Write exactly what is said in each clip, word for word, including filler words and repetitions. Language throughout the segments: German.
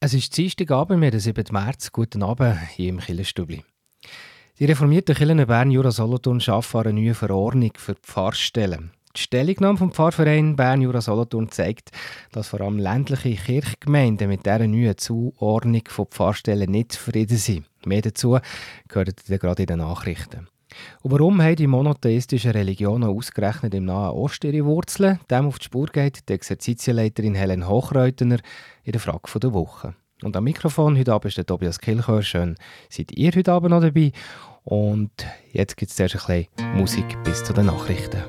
Es ist Dienstagabend, wir haben den siebten März. Guten Abend hier im Kirchenstübli. Die reformierten Kirchen Bern, Jura, Solothurn arbeiten an einer neuen Verordnung für die Pfarrstellen. Die Stellungnahme vom Pfarrverein Bern, Jura, Solothurn zeigt, dass vor allem ländliche Kirchgemeinden mit dieser neuen Zuordnung von Pfarrstellen nicht zufrieden sind. Mehr dazu gehört ihr gerade in den Nachrichten. Und warum haben die monotheistischen Religionen ausgerechnet im Nahen Osten ihre Wurzeln? Dem auf die Spur geht die Exerzitienleiterin Helen Hochreutener in der Frage der Woche. Und am Mikrofon heute Abend ist der Tobias Kilchör. Schön, seid ihr heute Abend noch dabei. Und jetzt gibt es zuerst ein bisschen Musik bis zu den Nachrichten.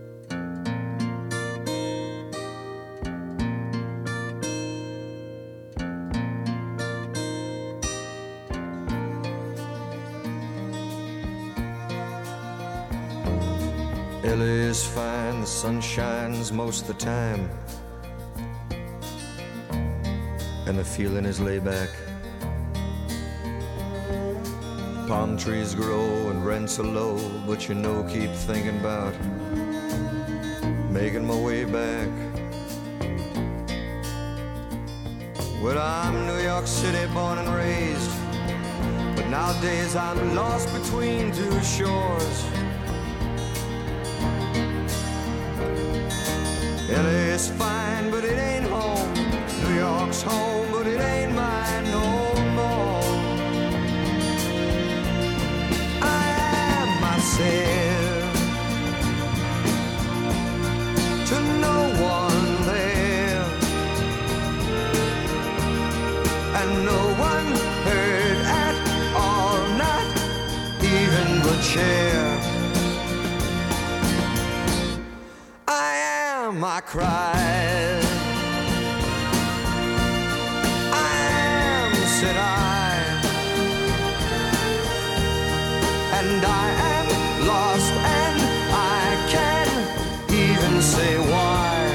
L A is fine, the sun shines most of the time, and the feeling is laid back. Palm trees grow and rents are low, but you know, keep thinking about making my way back. Well, I'm New York City born and raised, but nowadays I'm lost between two shores. L A is fine, but it ain't home. New York's home, but it ain't mine no more. I am myself to no one there, and no one heard at all, not even the chair. I cried, I am, said I, and I am lost, and I can't even say why.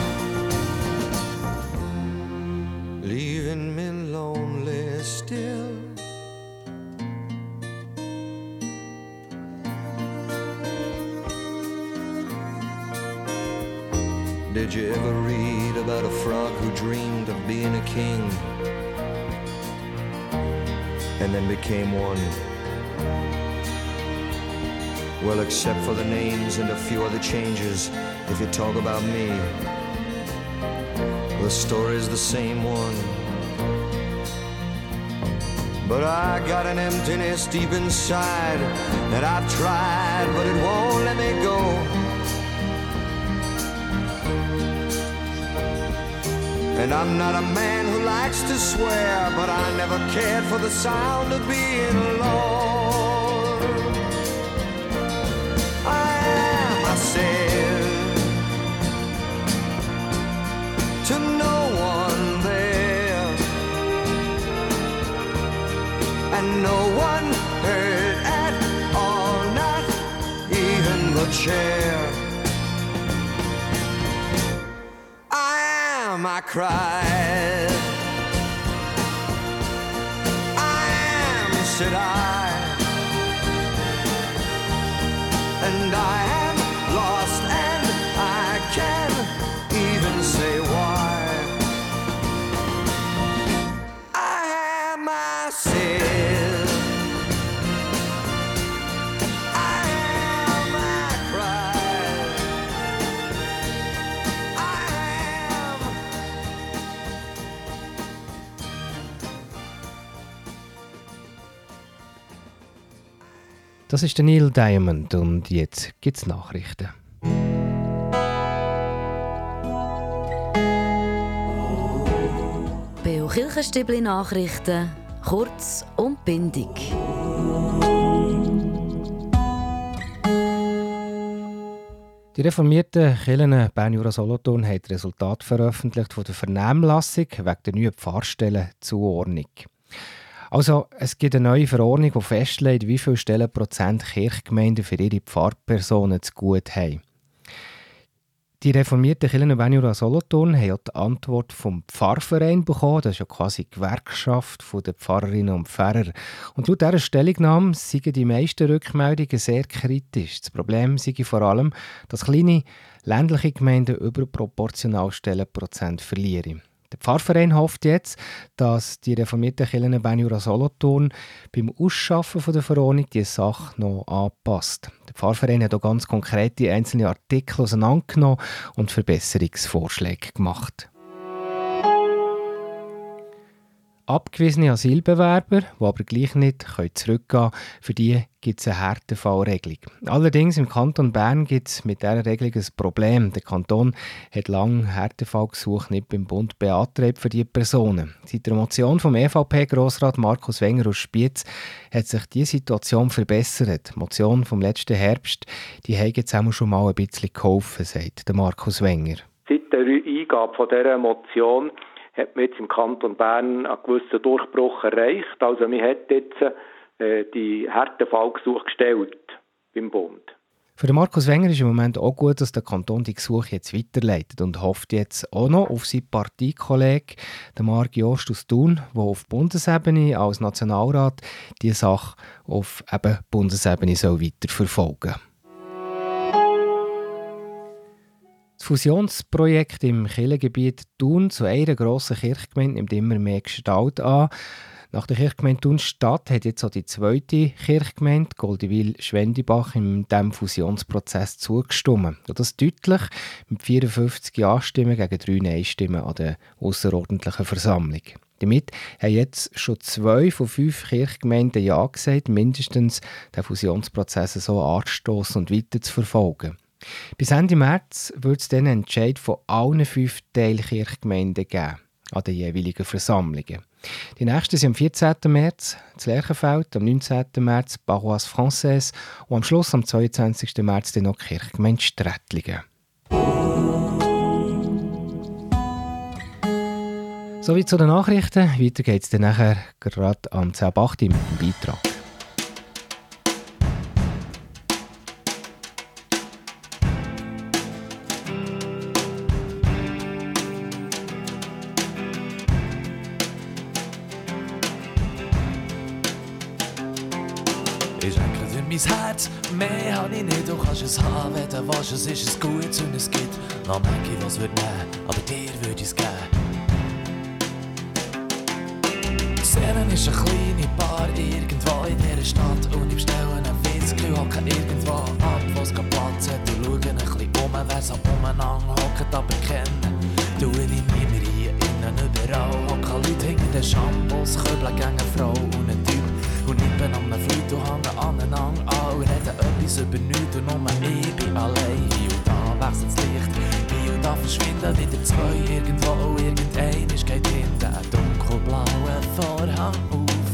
Leaving me lonely still. Did you ever read about a frog who dreamed of being a king and then became one? Well, except for the names and a few other changes, if you talk about me, the story's the same one. But I got an emptiness deep inside that I've tried, but it won't let me go. And I'm not a man who likes to swear, but I never cared for the sound of being alone. I am myself to no one there, and no one heard at all, not even the chair. I cried, I am, said I, and I am lost, and I can't even say why. I am myself, I am, I cried, I am. Das ist der Neil Diamond und jetzt gibt's Nachrichten. Beo Kirchenstübli Nachrichten, kurz und bindig. Die reformierten Kirchen Bern, Jura, Solothurn haben das Resultat veröffentlicht von der Vernehmlassung wegen der neuen Pfarrstellenzuordnung. Also, es gibt eine neue Verordnung, die festlegt, wie viele Stellenprozent Kirchgemeinden für ihre Pfarrpersonen zu gut haben. Die reformierten Kirchen Bern, Jura, Solothurn haben ja die Antwort vom Pfarrverein bekommen. Das ist ja quasi die Gewerkschaft der Pfarrerinnen und Pfarrer. Und laut dieser Stellungnahme seien die meisten Rückmeldungen sehr kritisch. Das Problem sei vor allem, dass kleine ländliche Gemeinden überproportional Stellenprozent verlieren. Der Pfarrverein hofft jetzt, dass die reformierten Kirchen Bern Jura Solothurn beim Ausschaffen der Verordnung die Sache noch anpasst. Der Pfarrverein hat auch ganz konkrete einzelne Artikel auseinandergenommen und Verbesserungsvorschläge gemacht. Abgewiesene Asylbewerber, die aber gleich nicht zurückgehen können, für die gibt es eine Härtefallregelung. Allerdings im Kanton Bern gibt es mit dieser Regelung ein Problem. Der Kanton hat lange Härtefallgesuche nicht beim Bund beantragt für diese Personen. Seit der Motion vom E V P-Grossrat Markus Wenger aus Spiez hat sich diese Situation verbessert. Die Motion vom letzten Herbst die hat jetzt auch schon mal ein bisschen geholfen, sagt der Markus Wenger. Seit der Eingabe von dieser Motion hat man jetzt im Kanton Bern einen gewissen Durchbruch erreicht. Also man hat jetzt äh, die Härtefallgesuche gestellt beim Bund. Für den Markus Wenger ist im Moment auch gut, dass der Kanton die Gesuche jetzt weiterleitet und hofft jetzt auch noch auf seinen Parteikollegen, den Marc Jost aus Thun, der auf Bundesebene als Nationalrat diese Sache auf eben Bundesebene soll weiterverfolgen soll. Das Fusionsprojekt im Kirchengebiet Thun zu einer grossen Kirchgemeinde nimmt immer mehr Gestalt an. Nach der Kirchgemeinde Thun-Stadt hat jetzt auch die zweite Kirchgemeinde, Goldewil-Schwendibach, in diesem Fusionsprozess zugestimmt. Und das deutlich mit vierundfünfzig Ja-Stimmen gegen drei Nein-Stimmen an der ausserordentlichen Versammlung. Damit haben jetzt schon zwei von fünf Kirchgemeinden Ja gesagt, mindestens den Fusionsprozess so anzustossen und weiter zu verfolgen. Bis Ende März wird es dann einen Entscheid von allen fünf Teilkirchgemeinden geben, an den jeweiligen Versammlungen. Die nächsten sind am vierzehnten März das Lerchenfeld, am neunzehnten März Paroisse Française und am Schluss am zweiundzwanzigsten März dann noch die Kirchgemeinde Strätlingen. Sowie zu den Nachrichten. Weiter geht es dann nachher gerade am zehn Uhr acht mit dem Beitrag. Ich schenke dir mein Herz, mehr habe ich nicht, du kannst es haben, wenn du willst, es ist es gut und es gibt noch manche, was wird nehmen, aber dir würde ich es geben. Die Szene ist eine kleine Bar irgendwo in dieser Stadt und ich bestelle einen Whisky, hocke irgendwo ab, wo es Platz hat und schaue ein bisschen um, wer so umeinander hockt, aber kennen tue ich niemand hier innen, überall hocken Leute hinter den Shampoos, Köbeln gegen eine Frau und einen Typ. Und ich bin am Fleut und hänge aneinander an und rede etwas über nichts und nur ich bin allein. Hier und da wechselt das Licht, hier und da verschwinden wieder zwei irgendwo. Irgendeines geht hinter einen dunkelblauen Vorhang auf.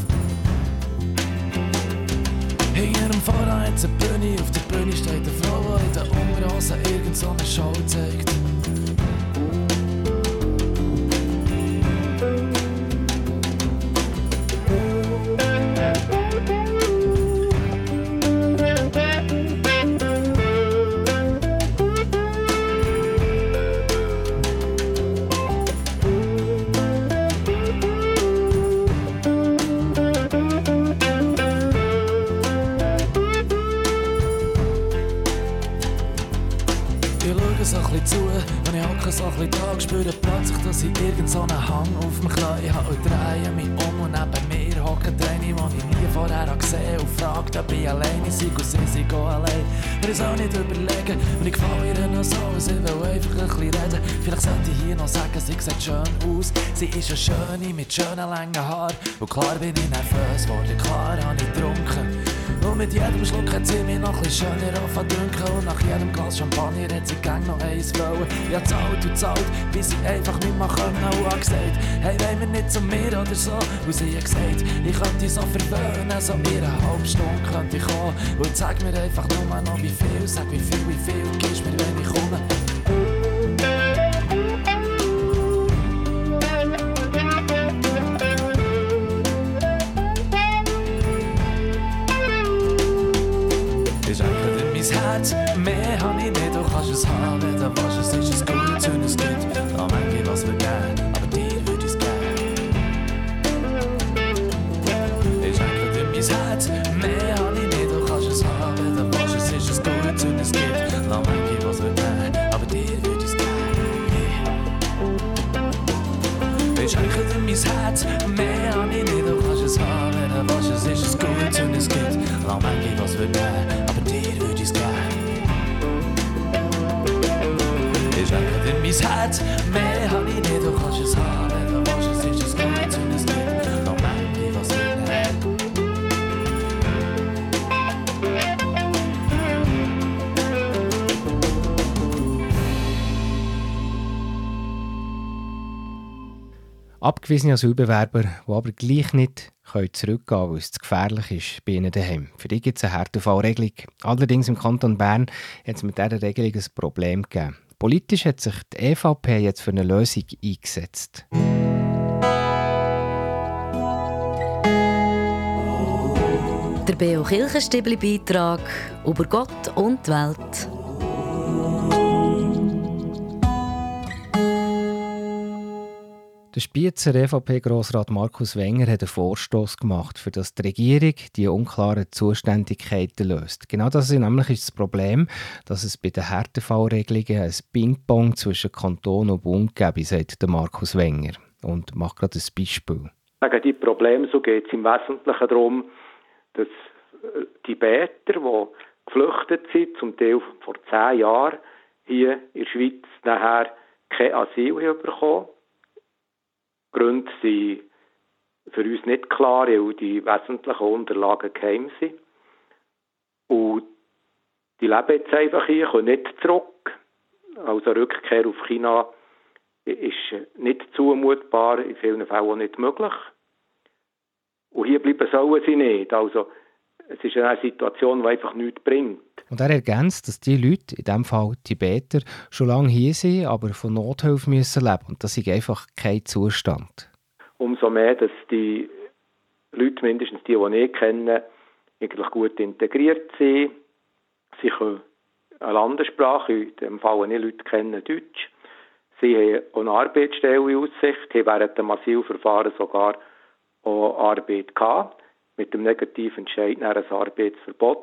Hinter dem Vorhang hat es eine Bühne, auf der Bühne steht eine Frau, die in den Unterhosen irgend so eine Show zeigt. So ein bisschen da, spüre plötzlich, dass ich irgend so einen Hang auf mich Knie habe und drehe mich um und neben mir hockt eine, die ich nie vorher gesehen habe und fragt, ob ich alleine sei und sie sind allein. Aber ich soll nicht überlegen und ich gefalle ihr noch so, sie will einfach ein bisschen reden. Vielleicht sollte ich hier noch sagen, sie sieht schön aus. Sie ist eine Schöne mit schönen langen Haaren und klar bin ich nervös geworden, klar habe ich getrunken. Und mit jedem Schluck hat sie mich noch ein bisschen schöner aufgedünken und nach jedem Glas Champagner hat sie gang noch eins wollen. Ich habe zahlt und zahlt, bis sie einfach nicht mehr können und habe gesagt, hey, wollen wir nicht zu mir oder so? Und sie hat gesagt, ich könnte so verwöhnen, so in einer halben Stunde könnte ich kommen. Und sag mir einfach nur noch wie viel, sag wie viel, wie viel gibst mir, wenn ich komme. Mehr habe ich nicht, du kannst es haben, wenn du willst, es ist es gut und es gibt noch manche, was wir geben, aber dir würde ich es geben. Ich schenke dir mein Herz, mehr habe ich nicht, du kannst es haben, wenn du willst, es ist es gut und es gibt noch manche, was wir geben, aber dir mein Herz. Mehr hab ich nicht, du kannst es haben, wenn du willst, es ist es gut und es gibt mich noch Menge, was ich nicht. Abgewiesene Asylbewerber, die aber gleich nicht zurückgehen können, weil es zu gefährlich ist bei ihnen daheim. Für die gibt es eine Härtefallregelung. Allerdings im Kanton Bern hat es mit dieser Regelung ein Problem gegeben. Politisch hat sich die E V P jetzt für eine Lösung eingesetzt. Der Beo Kirchenstibli-Beitrag über Gott und die Welt. Der Spiezer E V P-Grossrat Markus Wenger hat einen Vorstoss gemacht, für das die Regierung die unklaren Zuständigkeiten löst. Genau das ist nämlich das Problem, dass es bei den Härtefallregelungen ein Ping-Pong zwischen Kanton und Bund gäbe, sagt der Markus Wenger. Und macht gerade ein Beispiel. Wegen die Probleme so geht es im Wesentlichen darum, dass die Beter, die geflüchtet sind, zum Teil vor zehn Jahren, hier in der Schweiz nachher kein Asyl bekommen haben. Die Gründe sind für uns nicht klar, weil die wesentlichen Unterlagen geheim sind. Und die leben jetzt einfach hier, können nicht zurück. Also Rückkehr auf China ist nicht zumutbar, in vielen Fällen auch nicht möglich. Und hier bleiben sollen sie nicht. Also es ist eine Situation, die einfach nichts bringt. Und er ergänzt, dass die Leute, in diesem Fall Tibeter, schon lange hier sind, aber von Nothilfe müssen leben. Und das ist einfach kein Zustand. Umso mehr, dass die Leute, mindestens die, die ich kenne, eigentlich gut integriert sind. Sie können eine Landessprache, in diesem Fall, wenn ich Leute kenne, Deutsch. Sie haben auch eine Arbeitsstelle in Aussicht, haben während dem Asylverfahren sogar auch Arbeit gehabt, mit dem negativen Entscheid nach einem Arbeitsverbot.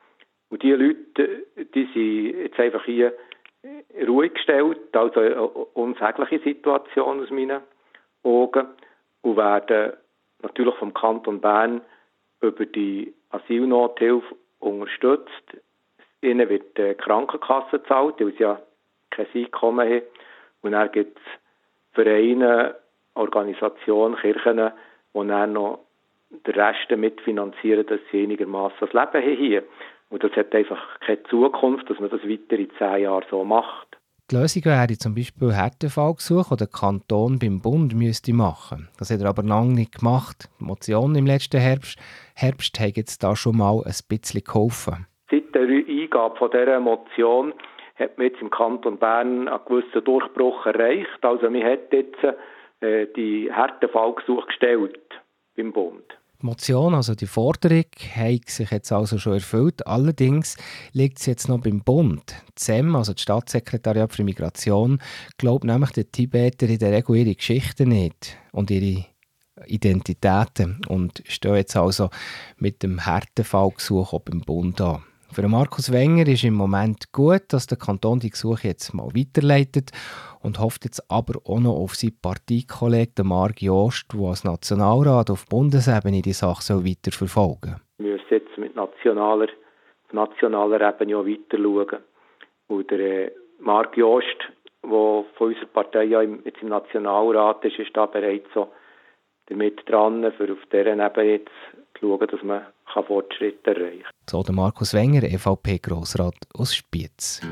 Und diese Leute, die sind jetzt einfach hier ruhig gestellt, also eine unsägliche Situation aus meinen Augen, und werden natürlich vom Kanton Bern über die Asylnothilfe unterstützt. Ihnen wird die Krankenkasse gezahlt, weil sie ja kein Einkommen haben. Und dann gibt es Vereine, Organisationen, Kirchen, die dann noch den Rest mitfinanzieren, dass sie einigermaßen das Leben haben hier. Und das hat einfach keine Zukunft, dass man das weiter in zehn Jahren so macht. Die Lösung wäre zum Beispiel Härtefallgesuche, die der Kanton beim Bund müsste machen. Das hat er aber lange nicht gemacht. Die Motion im letzten Herbst, Herbst hat jetzt da schon mal ein bisschen geholfen. Seit der Eingabe von dieser Motion hat man jetzt im Kanton Bern einen gewissen Durchbruch erreicht. Also man hat jetzt äh, die Härtefallgesuche gestellt beim Bund. Die Motion, also die Forderung, hat sich jetzt also schon erfüllt. Allerdings liegt es jetzt noch beim Bund. Die S E M, also das Staatssekretariat für Migration, glaubt nämlich den Tibeter in der Regel ihre Geschichten nicht und ihre Identitäten und stehen jetzt also mit dem Härtefallgesuch auch beim Bund an. Für Markus Wenger ist im Moment gut, dass der Kanton die Gesuche jetzt mal weiterleitet und hofft jetzt aber auch noch auf seinen Parteikollegen Marc Jost, der als Nationalrat auf Bundesebene die Sache weiter verfolgen soll. Wir müssen jetzt mit nationaler, auf nationaler Ebene auch weiter schauen. Und der äh, Marc Jost, der von unserer Partei ja im, jetzt im Nationalrat ist, ist da bereits so damit dran, für auf dieser Ebene jetzt zu schauen, dass man Fortschritte erreichen kann. So der Markus Wenger, E V P-Grossrat aus Spiez.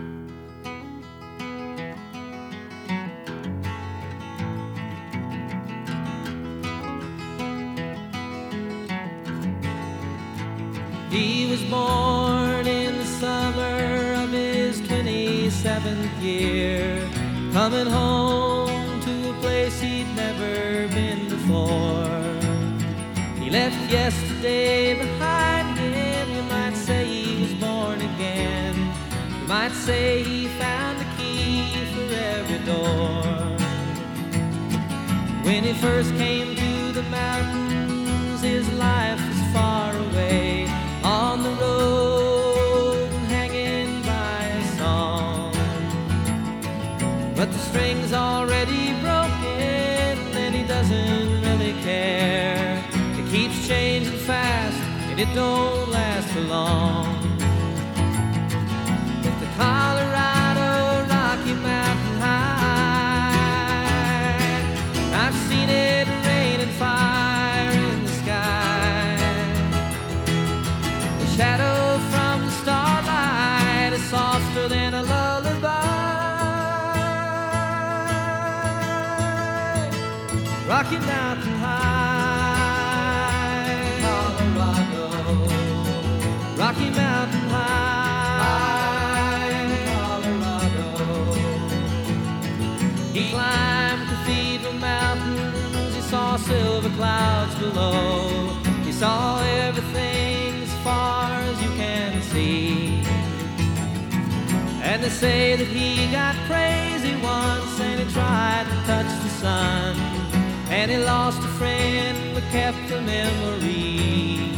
He was born in the summer of his twenty-seventh year, coming home to a place he'd never been before. He left yesterday behind him. You might say he was born again. You might say he found the key for every door. When he first came to the mountains, his life was far away, on the road and hanging by a song. But the string's already broken and he doesn't really care. It keeps changing fast and it don't last for long. If the Colorado Rocky Mountain High Rocky Mountain High in Colorado. He climbed Cathedral Mountains, he saw silver clouds below. He saw everything as far as you can see. And they say that he got crazy once and he tried to touch the sun. And he lost a friend but kept the memory.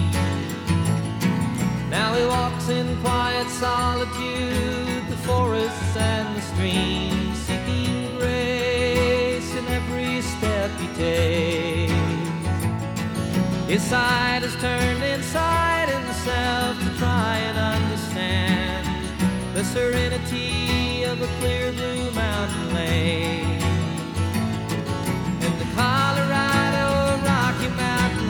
Now he walks in quiet solitude, the forests and the streams, seeking grace in every step he takes. His side is turned inside himself to try and understand the serenity of a clear blue mountain lake. In the Colorado Rocky Mountain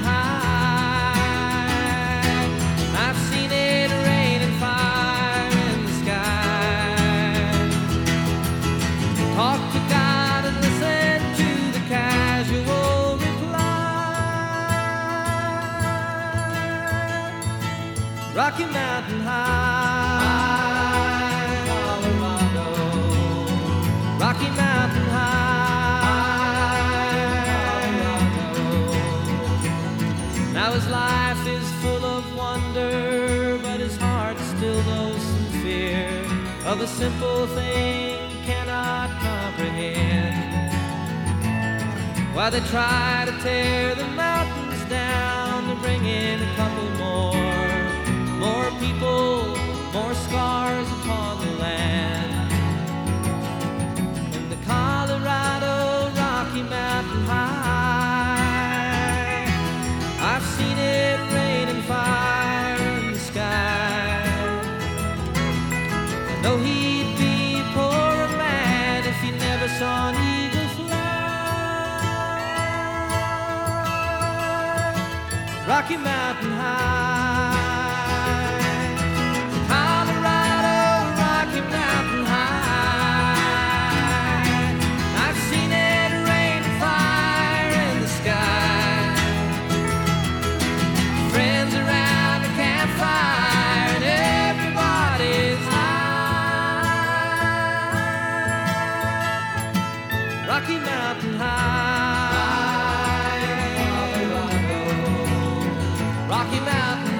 High, I've seen it rain and fire in the sky. Talk to God and listen to the casual reply. Rocky Mountain High, Colorado. Rocky Mountain High, Colorado. Now his life is full of wonder, but his heart still knows some fear of a simple thing he cannot comprehend. Why they try to tear the mountains down to bring in a couple more, more people, more scars upon the land. In the Colorado Rocky Mountain High, I've seen it rain and fire in the sky. I know he'd be a poorer man if he never saw an eagle fly. Rocky Mountain High, Colorado Rocky Mountain High, I've seen it rain and fire in the sky. Friends around the campfire and everybody's high. Rocky Mountain High, Colorado. Rocky Mountain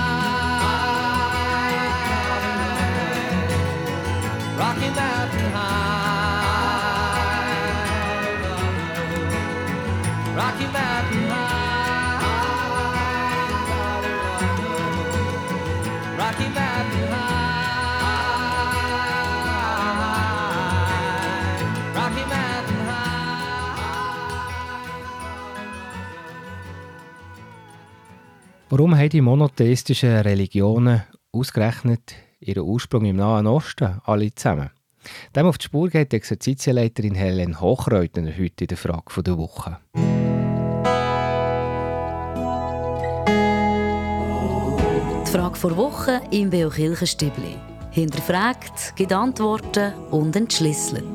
High, Rocky Mountain High, Rocky Mountain High, Rocky Mountain High, Rocky Mountain Warum haben die monotheistischen Religionen ausgerechnet ihren Ursprung im Nahen Osten, alle zusammen? Dem auf die Spur geht die Exerzitienleiterin Helen Hochreutner heute in der Frage der Woche. Die Frage der Woche im Beo Kirchenstübli. Hinterfragt, gibt Antworten und entschlüsselt.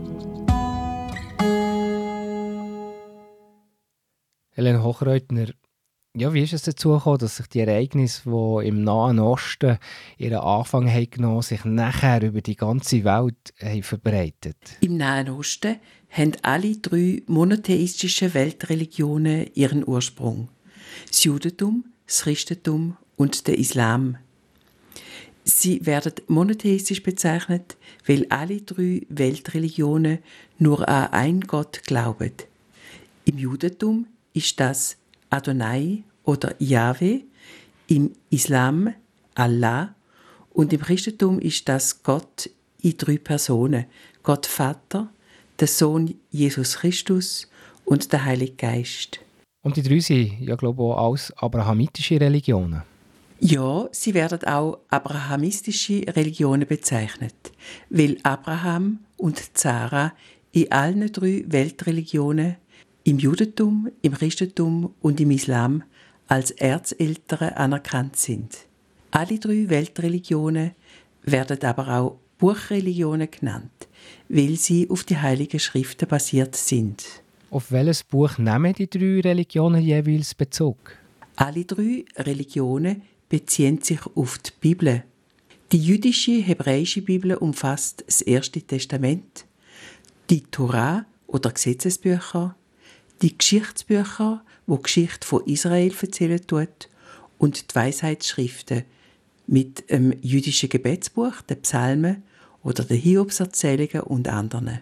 Helen Hochreutner, ja, wie ist es dazu gekommen, dass sich die Ereignisse, die im Nahen Osten ihren Anfang haben genommen, sich nachher über die ganze Welt haben verbreitet? Im Nahen Osten haben alle drei monotheistischen Weltreligionen ihren Ursprung. Das Judentum, das Christentum und der Islam. Sie werden monotheistisch bezeichnet, weil alle drei Weltreligionen nur an einen Gott glauben. Im Judentum ist das Adonai oder Yahweh, im Islam Allah und im Christentum ist das Gott in drei Personen: Gott Vater, der Sohn Jesus Christus und der Heilige Geist. Und die drei sind, ja, glaube ich, auch als abrahamitische Religionen. Ja, sie werden auch abrahamistische Religionen bezeichnet, weil Abraham und Sarah in allen drei Weltreligionen, im Judentum, im Christentum und im Islam, als Erzeltern anerkannt sind. Alle drei Weltreligionen werden aber auch Buchreligionen genannt, weil sie auf die Heiligen Schriften basiert sind. Auf welches Buch nehmen die drei Religionen jeweils Bezug? Alle drei Religionen beziehen sich auf die Bibel. Die jüdische hebräische Bibel umfasst das Erste Testament, die Tora oder Gesetzesbücher, die Geschichtsbücher, wo die Geschichte von Israel erzählen tut, und die Weisheitsschriften mit dem jüdischen Gebetsbuch, den Psalmen oder den Hiobserzählungen und anderen.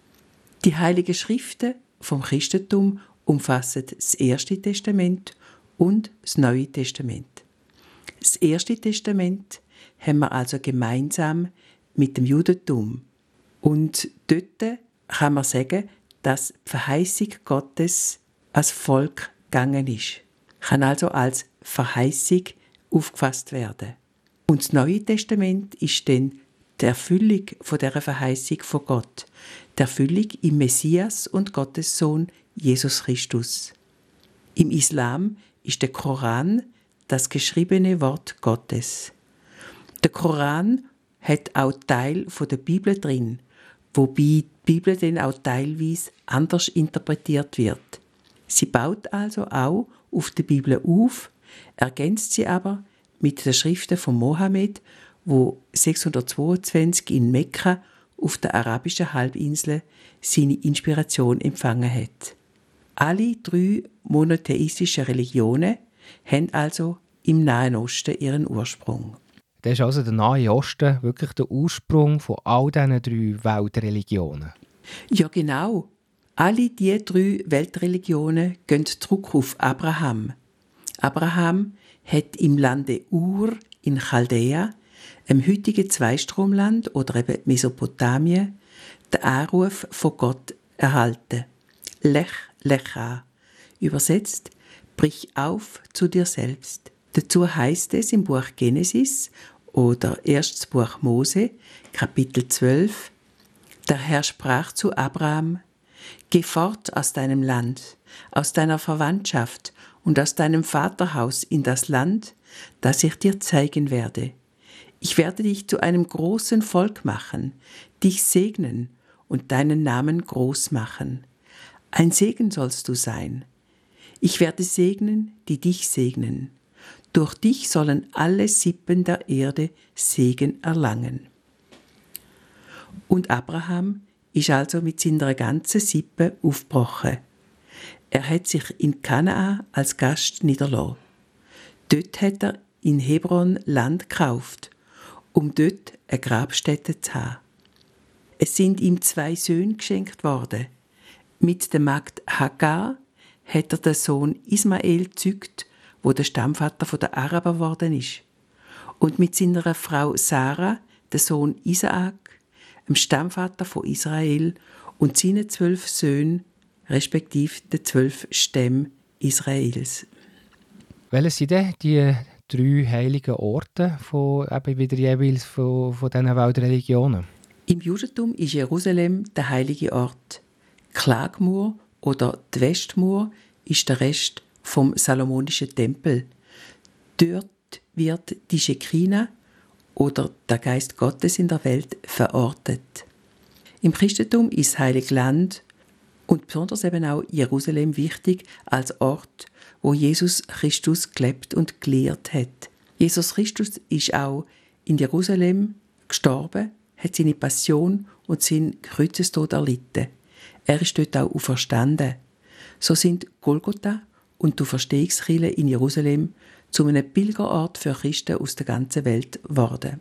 Die Heiligen Schriften vom Christentum umfassen das Erste Testament und das Neue Testament. Das Erste Testament haben wir also gemeinsam mit dem Judentum. Und dort kann man sagen, dass die Verheißung Gottes als Volk gegangen ist. Kann also als Verheißung aufgefasst werden. Und das Neue Testament ist dann die Erfüllung von dieser Verheißung von Gott. Die Erfüllung im Messias und Gottes Sohn Jesus Christus. Im Islam ist der Koran das geschriebene Wort Gottes. Der Koran hat auch Teil von der Bibel drin, wobei die Bibel dann auch teilweise anders interpretiert wird. Sie baut also auch auf die Bibel auf, ergänzt sie aber mit den Schriften von Mohammed, wo sechshundertzweiundzwanzig in Mekka auf der arabischen Halbinsel seine Inspiration empfangen hat. Alle drei monotheistischen Religionen haben also im Nahen Osten ihren Ursprung. Das ist also der Nahe Osten wirklich der Ursprung von all diesen drei Weltreligionen. Ja, genau. Alle diese drei Weltreligionen gehen zurück auf Abraham. Abraham hat im Lande Ur in Chaldea, im heutigen Zweistromland oder eben Mesopotamien, den Anruf von Gott erhalten. Lech lecha. Übersetzt, brich auf zu dir selbst. Dazu heißt es im Buch Genesis oder erstes Buch Mose, Kapitel zwölf, der Herr sprach zu Abraham: Geh fort aus deinem Land, aus deiner Verwandtschaft und aus deinem Vaterhaus in das Land, das ich dir zeigen werde. Ich werde dich zu einem großen Volk machen, dich segnen und deinen Namen groß machen. Ein Segen sollst du sein. Ich werde segnen, die dich segnen. Durch dich sollen alle Sippen der Erde Segen erlangen. Und Abraham ist also mit seiner ganzen Sippe aufgebrochen. Er hat sich in Kanaan als Gast niedergelassen. Dort hat er in Hebron Land gekauft, um dort eine Grabstätte zu haben. Es sind ihm zwei Söhne geschenkt worden. Mit der Magd Hagar hat er den Sohn Ismael gezeugt, wo der Stammvater der Araber geworden ist. Und mit seiner Frau Sarah den Sohn Isaak, dem Stammvater von Israel, und seinen zwölf Söhnen, respektive den zwölf Stämmen Israels. Welche sind denn die drei heiligen Orte von, eben wieder jeweils von, von diesen Weltreligionen? Im Judentum ist Jerusalem der heilige Ort. Klagmur oder die Westmur ist der Rest vom Salomonischen Tempel. Dort wird die Schekina oder der Geist Gottes in der Welt verortet. Im Christentum ist das Heilige Land und besonders eben auch Jerusalem wichtig als Ort, wo Jesus Christus gelebt und gelehrt hat. Jesus Christus ist auch in Jerusalem gestorben, hat seine Passion und seinen Kreuzestod erlitten. Er ist dort auch auferstanden. So sind Golgotha und die Auferstehungskirche in Jerusalem zu einem Pilgerort für Christen aus der ganzen Welt geworden.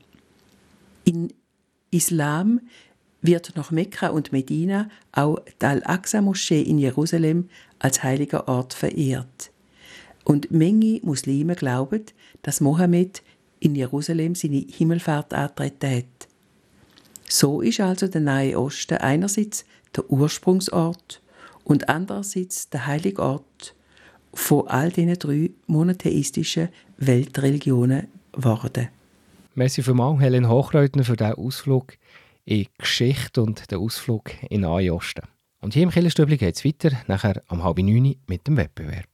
In Islam wird nach Mekka und Medina auch die Al-Aqsa-Moschee in Jerusalem als heiliger Ort verehrt. Und Menge Muslime glauben, dass Mohammed in Jerusalem seine Himmelfahrt angetreten hat. So ist also der Nahe Osten einerseits der Ursprungsort und andererseits der heilige Ort von all diesen drei monotheistischen Weltreligionen geworden. Merci vielmals, Helen Hochreutner, für diesen Ausflug in die Geschichte und den Ausflug in den Nahen Osten. Und hier im Kirchenstübli geht es weiter, nachher um halb neun mit dem Wettbewerb.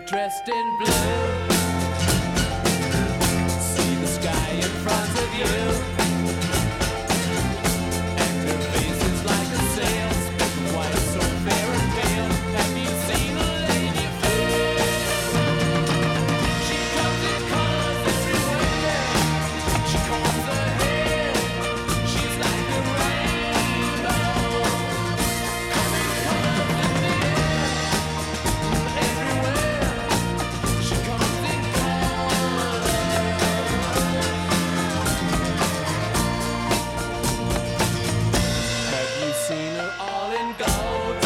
dressed in blue. See the sky in front of you, and her face is like a sail, speaking white, so fair and pale. Have you seen a lady fair? She comes in colors everywhere. She combs her hair. She's like a rainbow. Coming colors in the air. Everywhere. She comes in colors. Have you seen her all in gold?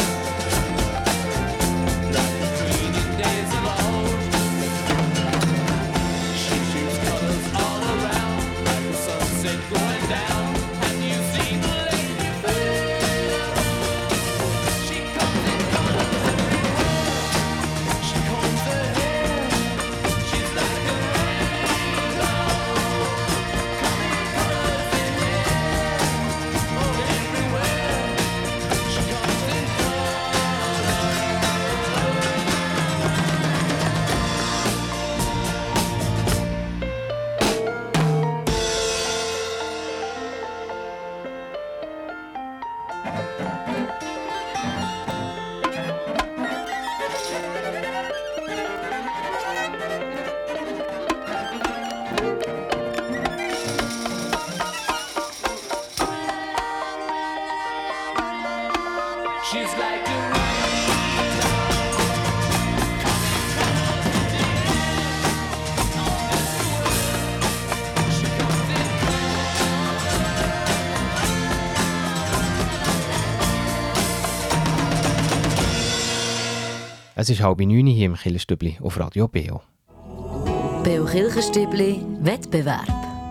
Like the queen in days of old. She shoots colors all around, like the sunset going down. Have you seen the lady fair? She comes in colors everywhere. She combs her hair. She's like a rainbow. Coming colors in the air. Oh, everywhere. She comes in She's like a rainbow. Coming colors in the air. She comes in Es ist halb neun hier im Killerstübli auf Radio Beo. Beo Kirchenstübli Wettbewerb.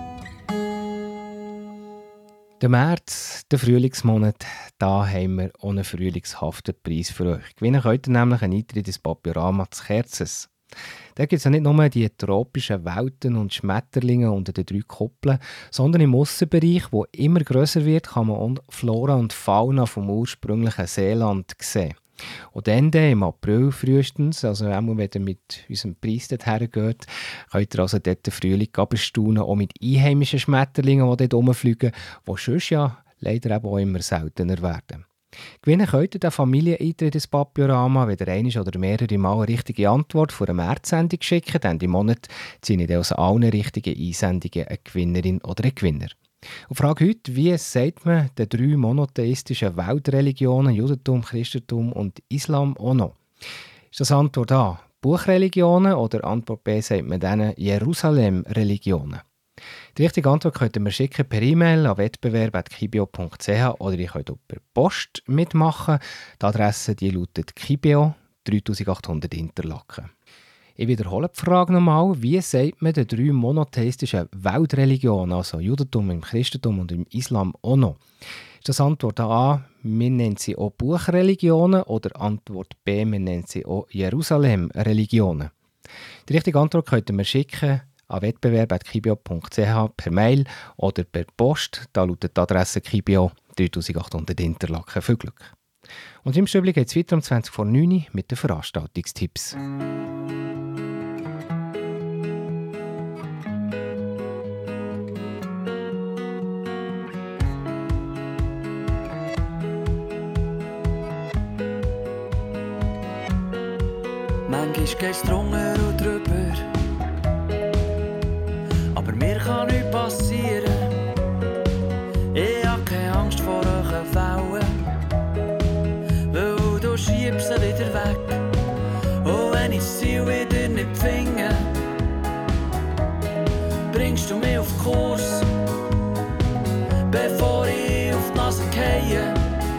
Der März, der Frühlingsmonat, da haben wir auch einen frühlingshaften Preis für euch. Gewinnen könnt ihr nämlich einen Eintritt ins Papiorama des Kerzes. Da gibt es ja nicht nur die tropischen Welten und Schmetterlinge unter den drei Koppeln, sondern im Aussenbereich, wo immer grösser wird, kann man auch Flora und Fauna vom ursprünglichen Seeland sehen. Und dann, dann im April frühestens, also auch wenn ihr mit unserem Preis dorthin geht, könnt ihr also dort den Frühling bestaunen, auch mit einheimischen Schmetterlingen, die dort rumfliegen, die sonst ja leider eben auch immer seltener werden. Gewinnen könnt ihr den Familieneintritt ins Papiorama, wenn ihr eine oder mehrere Mal eine richtige Antwort vor einer Märzsendung schickt, dann im Monat ziehe ich aus allen richtigen Einsendungen eine Gewinnerin oder einen Gewinner. Und die Frage heute, wie sagt man den drei monotheistischen Weltreligionen, Judentum, Christentum und Islam auch noch? Ist das Antwort A, Buchreligionen, oder Antwort B, sagt man denen Jerusalem-Religionen? Die richtige Antwort könnt ihr mir schicken per E-Mail an wettbewerb punkt kibio punkt c h oder ihr könnt auch per Post mitmachen. Die Adresse die lautet Kibio dreitausendachthundert Interlaken. Ich wiederhole die Frage nochmal. Wie sagt man den drei monotheistischen Weltreligionen, also Judentum, im Christentum und im Islam auch noch? Ist das Antwort A, wir nennen sie auch Buchreligionen, oder Antwort B, wir nennen sie auch Jerusalem-Religionen? Die richtige Antwort könnt ihr mir schicken an wettbewerb punkt kibio punkt c h per Mail oder per Post. Da lautet die Adresse Kibio dreitausendachthundert Interlaken. Viel Glück! Und im Stübli geht es weiter um zwanzig vor neun mit den Veranstaltungstipps. Manchmal geht's drunter und drüber, aber mir kann nichts passieren. Ich hab keine Angst vor euren Wellen, weil du schiebst sie wieder weg. Und wenn ich das Ziel wieder nicht finde, bringst du mich auf Kurs, bevor ich auf die Nase gehe.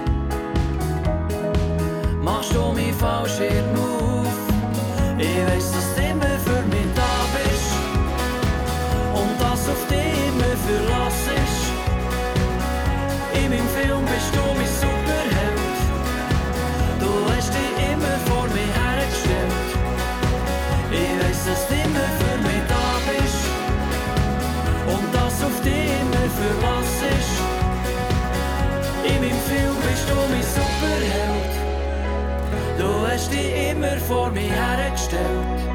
Machst du mich falsch auf? Ich weiss, dass du immer für mich da bist und dass auf dich immer Verlass ist. In meinem Film bist du mein Superheld. Du hast dich immer vor mir hergestellt. Ich weiss, dass du immer für mich da bist und dass auf dich immer Verlass ist. In meinem Film bist du mein Superheld. Du hast dich immer vor mir hergestellt.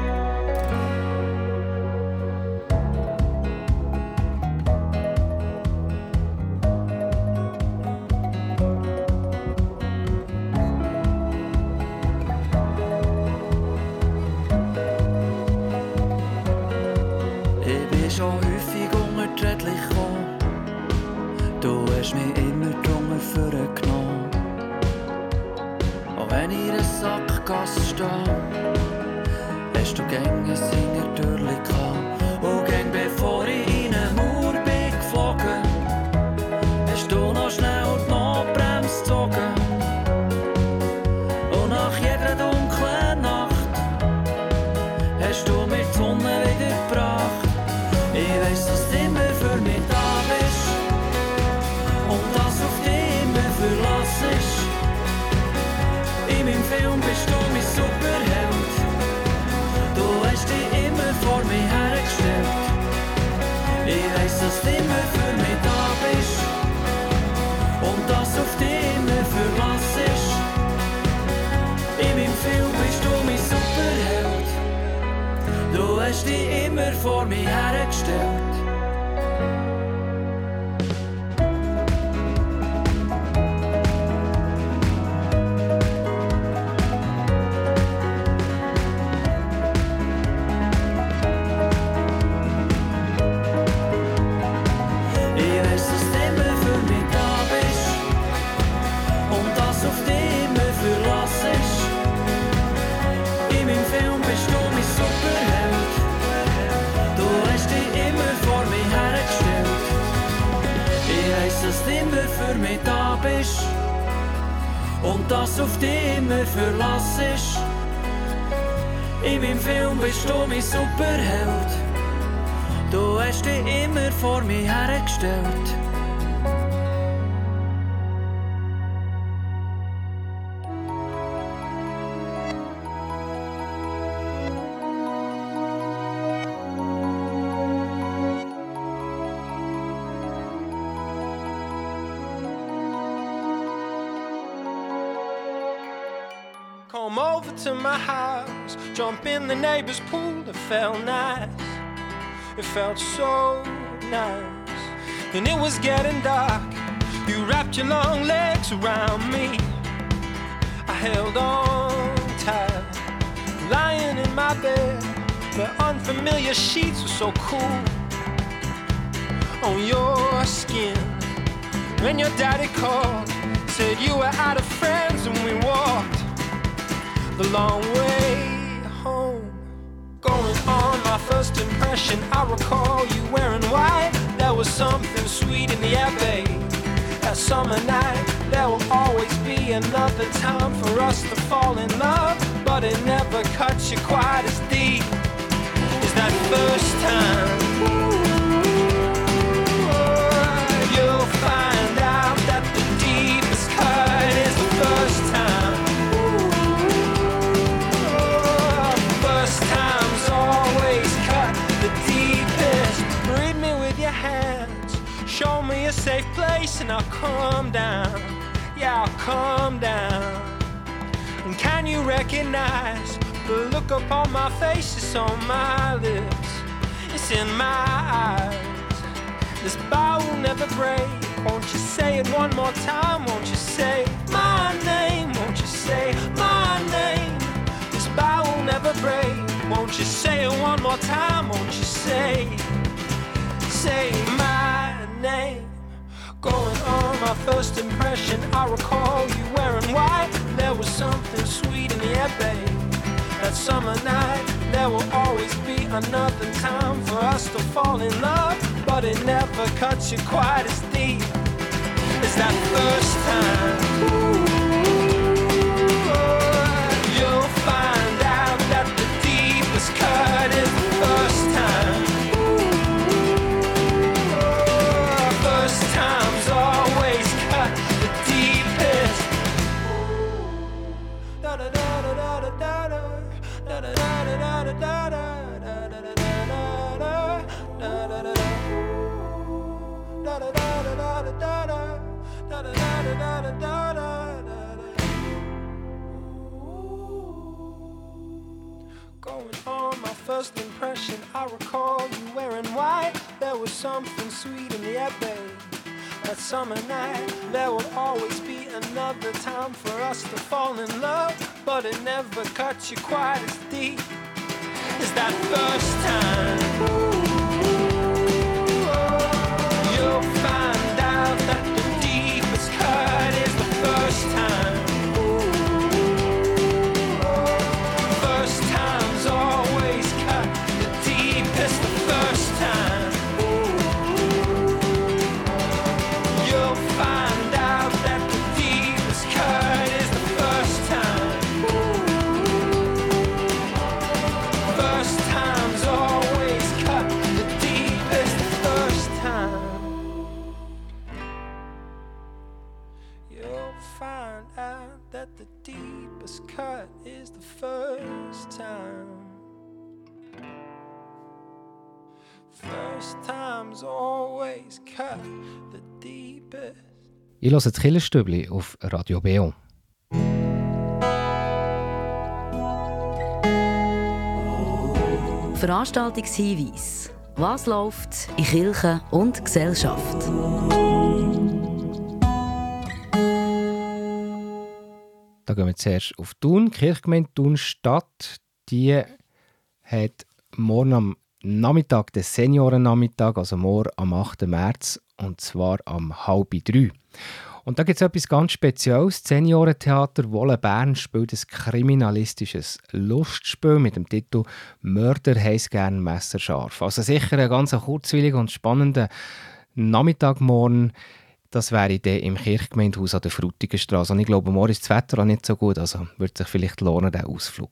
wenn ich in einer Sackgasse stehe, hast du gäng ein Singertürli gehabt. Und gäng bevor ich in eine Mauer bin geflogen, hast du noch schnell die Notbremse gezogen. Und nach jeder dunklen Nacht hast du mir die Sonne wieder gebracht. Ich weiss, dass du immer für mich da bist und dass auf dich immer Verlass ist. In meinem Film bist du mein Superheld. Du hast dich immer vor mich hergestellt. Ich weiss, dass du immer für mich da bist und dass auf dich immer Verlass ist. In meinem Film bist du mein Superheld. Du hast dich immer vor mich hergestellt. Für mich da bist und dass auf dich immer Verlass ist. In meinem Film bist du mein Superheld. Du hast dich immer vor mich hergestellt. Come over to my house, jump in the neighbor's pool. It felt nice, it felt so nice. And it was getting dark, you wrapped your long legs around me. I held on tight, lying in my bed. The unfamiliar sheets were so cool on your skin. When your daddy called, said you were out of friends, and we walked the long way home. Going on my first impression, I recall you wearing white. There was something sweet in the air, babe. That summer night, there will always be another time for us to fall in love, but it never cuts you quite as deep as that first time. Oh, you'll find out that the deepest cut is the first time. Show me a safe place and I'll calm down. Yeah, I'll calm down. And can you recognize the look upon my face? It's on my lips, it's in my eyes. This bow will never break. Won't you say it one more time? Won't you say my name? Won't you say my name? This bow will never break. Won't you say it one more time? Won't you say, say my name? Going on my first impression, I recall you wearing white. There was something sweet in the air, babe. That summer night, there will always be another time for us to fall in love, but it never cuts you quite as deep as that first time. Oh, you'll find out that the deepest cut is the first time. Times always cut the deepest. Da da da da da da da da da da da da da Going on my first impression, I recall you wearing white. There was something sweet in the air, babe. That summer night, there will always be another time for us to fall in love, but it never cuts you quite as deep as that first time. You'll find out that the deepest cut is the first time. that the deepest cut is the first time. First time's always cut the deepest. Ich höre das Killerstübli auf Radio B O. Veranstaltungshinweis. Was läuft in Kirche und Gesellschaft? Da gehen wir zuerst auf Thun. Die Kirchgemeinde Thun-Stadt, die hat morgen am Nachmittag, den Seniorennachmittag, also morgen am achten März, und zwar am halb drei. Und da gibt es etwas ganz Spezielles. Das Seniorentheater Wolle Bern spielt ein kriminalistisches Lustspiel mit dem Titel «Mörder heisst gern messerscharf». Also sicher ein ganz kurzweiliger und spannender Nachmittag morgen. Das wäre dann im Kirchgemeindehaus an der Frutigenstraße. Und ich glaube, morgen ist das Wetter auch nicht so gut, also würde sich vielleicht lohnen, der Ausflug.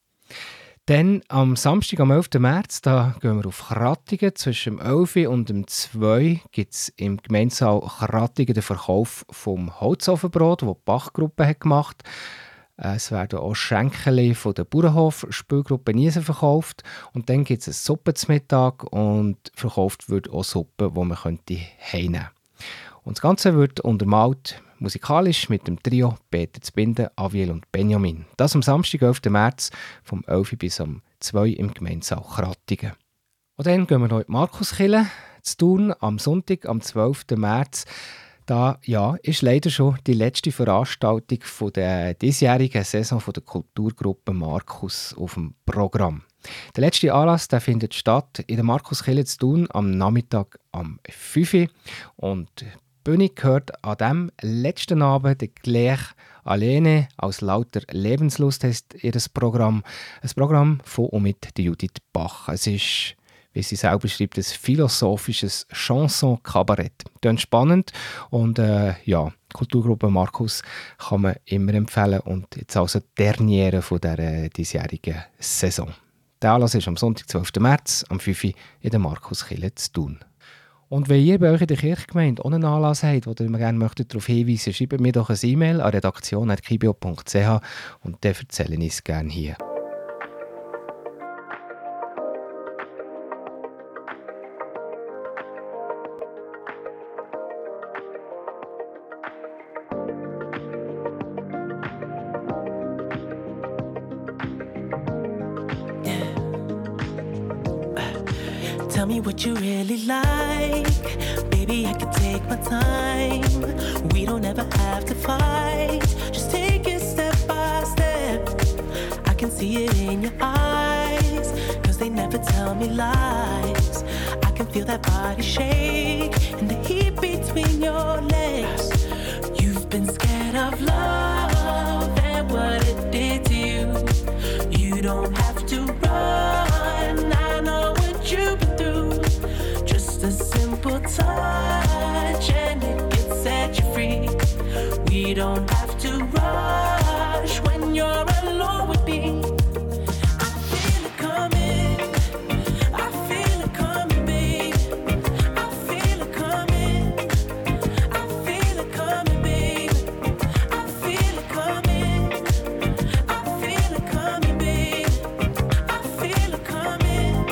Dann am Samstag, am elften März, da gehen wir auf Krattigen. Zwischen dem elf und dem zwei gibt es im Gemeindesaal Krattigen den Verkauf vom Holzofenbrot, das die Bach-Gruppe hat gemacht hat. Es werden auch Schenkeli von der Bauernhof-Spielgruppe Niesen verkauft. Und dann gibt es eine Suppe zum Mittag und verkauft wird auch Suppe, die man könnte heimnehmen könnte. Und das Ganze wird untermalt musikalisch mit dem Trio Peter Zbinden, Aviel und Benjamin. Das am Samstag, elften März, vom elf bis um zwei im Gemeindesaal Krattigen. Und dann gehen wir noch in die Markuskirche zu Thun am Sonntag, am zwölften März. Da ja, ist leider schon die letzte Veranstaltung von der diesjährigen Saison von der Kulturgruppe Markus auf dem Programm. Der letzte Anlass der findet statt in der Markuskirche zu Thun am Nachmittag am fünf Uhr. Und die Bühne gehört an diesem letzten Abend gleich alleine aus lauter Lebenslust, heisst ihr Programm. Ein Programm von und mit Judith Bach. Es ist, wie sie selber schreibt, ein philosophisches Chanson-Kabarett. Klingt spannend und äh, ja, Kulturgruppe Markus kann man immer empfehlen und jetzt also die Derniere von dieser diesjährigen Saison. Der Anlass ist am Sonntag, zwölften März, am fünf Uhr in der Markuskirche zu Thun. Und wenn ihr bei euch in der Kirchgemeinde auch einen Anlass habt oder ihr gerne möchtet darauf hinweisen, schreibt mir doch ein E-Mail an redaktion at kibio punkt c h und dann erzähle ich es gerne hier. Tell me what you really like. Baby, I can take my time. We don't ever have to fight. Just take it step by step. I can see it in your eyes, cause they never tell me lies. I can feel that body shake and the heat between your legs. You've been scared of love and what it did to you. You don't have to run, I know what you've been through. Just a simple touch and it can set you free. We don't have to rush when you're alone with me. I feel it coming, I feel it coming, babe. I feel it coming, I feel it coming, babe. I feel it coming, I feel it coming, babe. I feel it coming,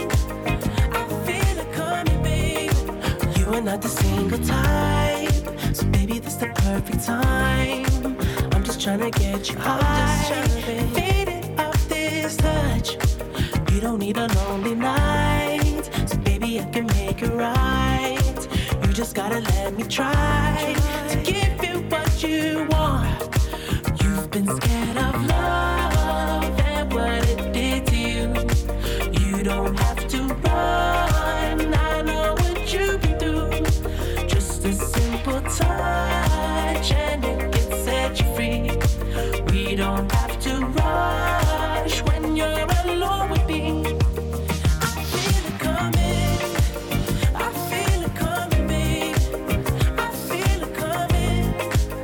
I feel it coming, babe. You are not the single type, so baby, this the perfect time. I'm just tryna get you high, faded off this touch. You don't need a lonely night, so baby, I can make it right. You just gotta let me try to give you what you want. You've been scared of love and what it did to you. You don't have to run, I know what you've been through. Just a simple touch and it can set you free. We don't have to rush when you're alone with me. I feel it coming, I feel it coming, babe. I feel it coming,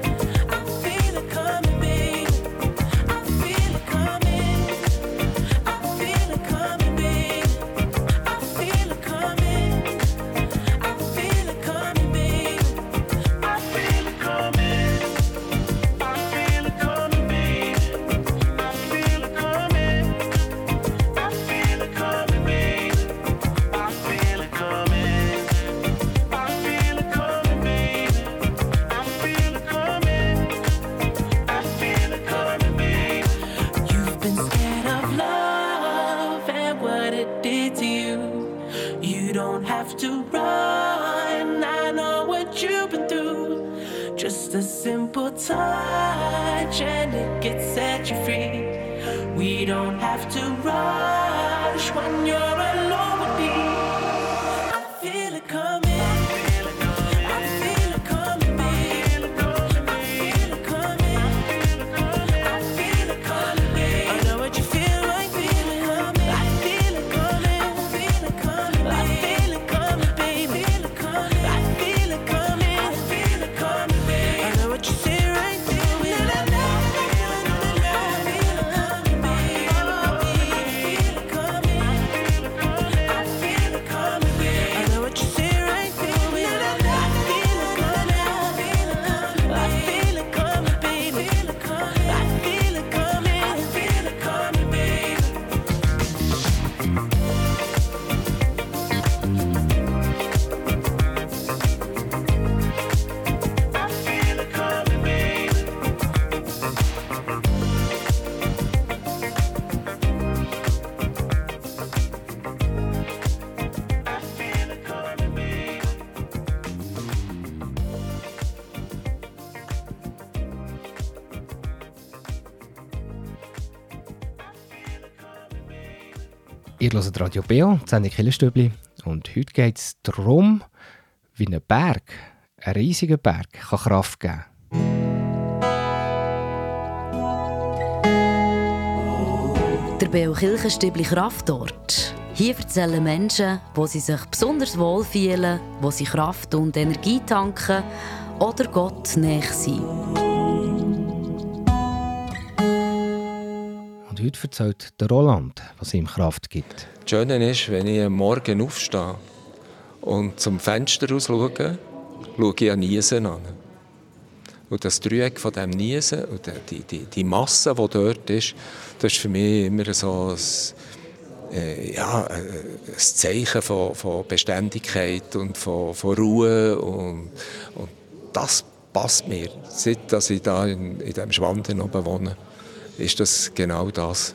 I feel it coming, babe. I feel it coming, I feel it coming, babe. I feel it coming, I feel it coming, babe. I feel it coming, I feel it coming, babe. touch and it gets set you free. We don't have to rush when you're alone with me. I feel it coming. Ihr hört Radio Beo, die Sendung Killerstübli. Und heute geht es darum, wie ein Berg, ein riesiger Berg, kann Kraft geben kann. Der Beo Killerstübli Kraftort. Hier erzählen Menschen, wo sie sich besonders wohlfühlen, wo sie Kraft und Energie tanken oder Gott näher sind. Heute erzählt der Roland, was ihm Kraft gibt. Das Schöne ist, wenn ich am Morgen aufstehe und zum Fenster raus schaue, schaue ich an Niesen an. Und das Dreieck von diesem Niesen und die, die, die Masse, die dort ist, das ist für mich immer so ein, äh, ja, ein Zeichen von, von Beständigkeit und von, von Ruhe. Und, und das passt mir, seit dass ich da in, in diesem Schwanden oben wohne. Ist das genau das.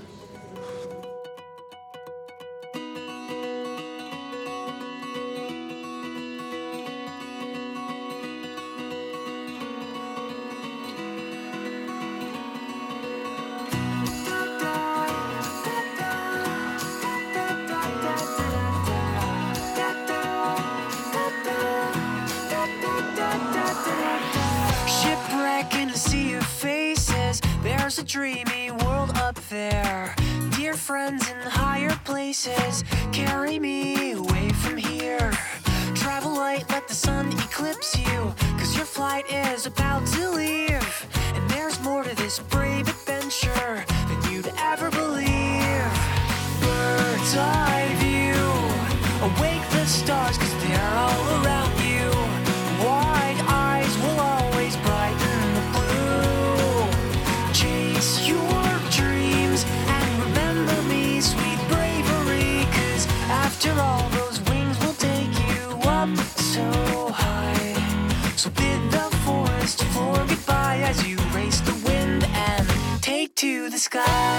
Shipwreck in a sea of faces. There's a dreamy world up there. Dear friends in higher places, carry me away from here. Travel light, let the sun eclipse you, cause your flight is about to leave. And there's more to this brave adventure than you'd ever believe. Bird's eye view, awake the stars cause they're all around you. Wide eyes will always brighten the blue. Chase your dreams and remember me, sweet bravery, cause after all those wings will take you up so high. So bid the forest floor goodbye as you race the wind and take to the sky.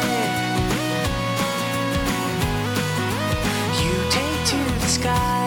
You take to the sky.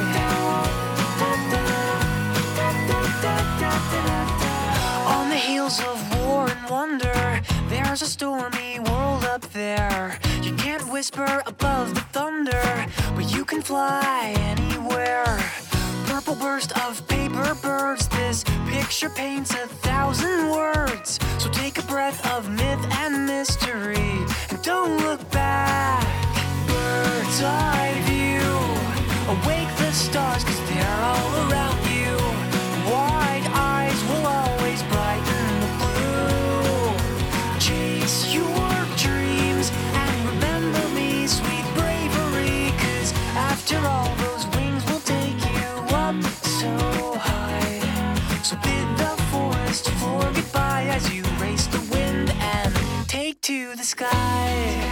On the heels of war and wonder, there's a stormy world up there. You can't whisper above the thunder, but you can fly anywhere. Purple burst of paper birds, this picture paints a thousand words. So take a breath of myth and mystery, and don't look back. Bird's eye view, awake the stars cause they're all around you. Wide eyes will always brighten the blue. Chase your dreams and remember me, sweet bravery, cause after all those wings will take you up so high. So bid the forest floor goodbye as you race the wind and take to the sky.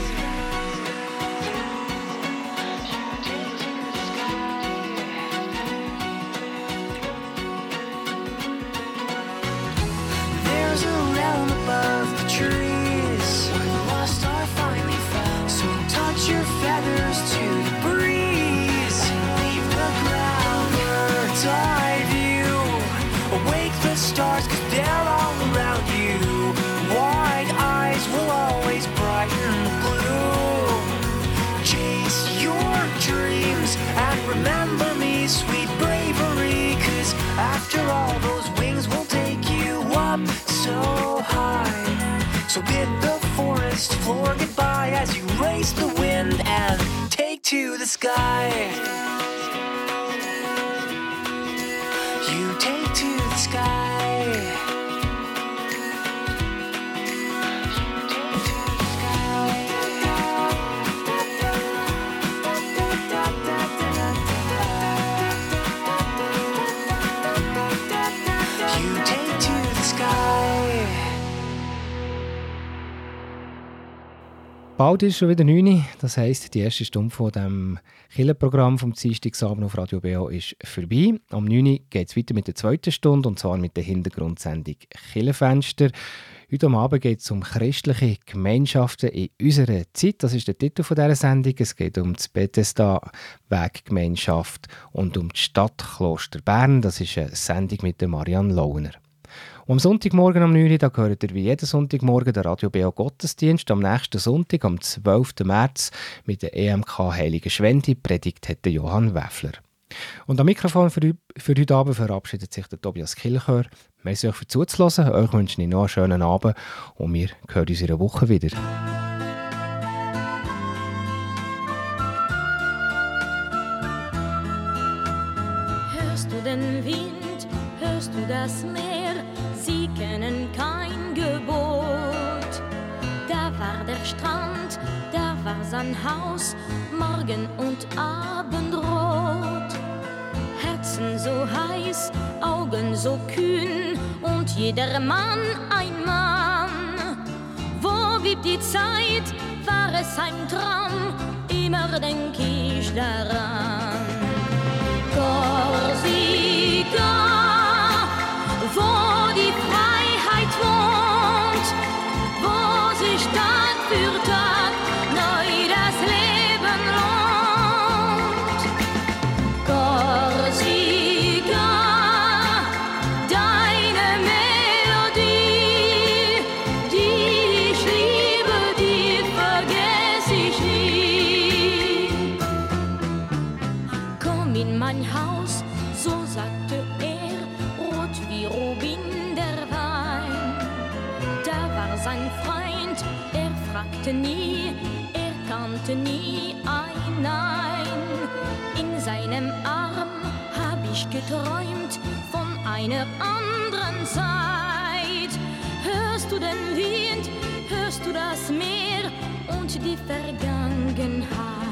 There's a realm above the trees where the lost are finally found. So touch your feathers to the breeze and leave the ground. Bird's eye view, awake the stars cause they're all around. So bid the forest floor goodbye as you race the wind and take to the sky. You take to the sky. Bald ist schon wieder neun Uhr, das heisst, die erste Stunde von dem Kirchenprogramm vom Dienstagabend auf Radio B O ist vorbei. Am neun Uhr geht es weiter mit der zweiten Stunde, und zwar mit der Hintergrundsendung «Kirchenfenster». Heute am Abend geht es um christliche Gemeinschaften in unserer Zeit. Das ist der Titel dieser Sendung. Es geht um die Bethesda-Weggemeinschaft und um die Stadt Kloster Bern. Das ist eine Sendung mit der Marianne Launer. Und am Sonntagmorgen um neun Uhr, da gehört ihr wie jeden Sonntagmorgen der Radio B O Gottesdienst. Am nächsten Sonntag, am zwölften März, mit der E M K Heilige Schwende. Predigt hat der Johann Wäffler. Und am Mikrofon für, für heute Abend verabschiedet sich der Tobias Kilchör. Merci euch für zuzuhören. Euch wünsche ich noch einen schönen Abend und wir hören uns in einer Woche wieder. Hörst du den Wind? Hörst du das Meer? Sie kennen kein Gebot. Da war der Strand, da war sein Haus, Morgen- und Abendrot. Herzen so heiß, Augen so kühn und jeder Mann ein Mann. Wo blieb die Zeit, war es ein Traum, immer denk ich daran. Korsika, wo die Freiheit wohnt, wo sich Tag für Tag neu das Leben lohnt. Korsika, deine Melodie, die ich liebe, die vergess ich nie. Komm in mein Haus, so sagte er, rot wie Rubin der Wein. Da war sein Freund, er fragte nie, er kannte nie ein Nein. In seinem Arm hab ich geträumt von einer anderen Zeit. Hörst du den Wind, hörst du das Meer und die Vergangenheit?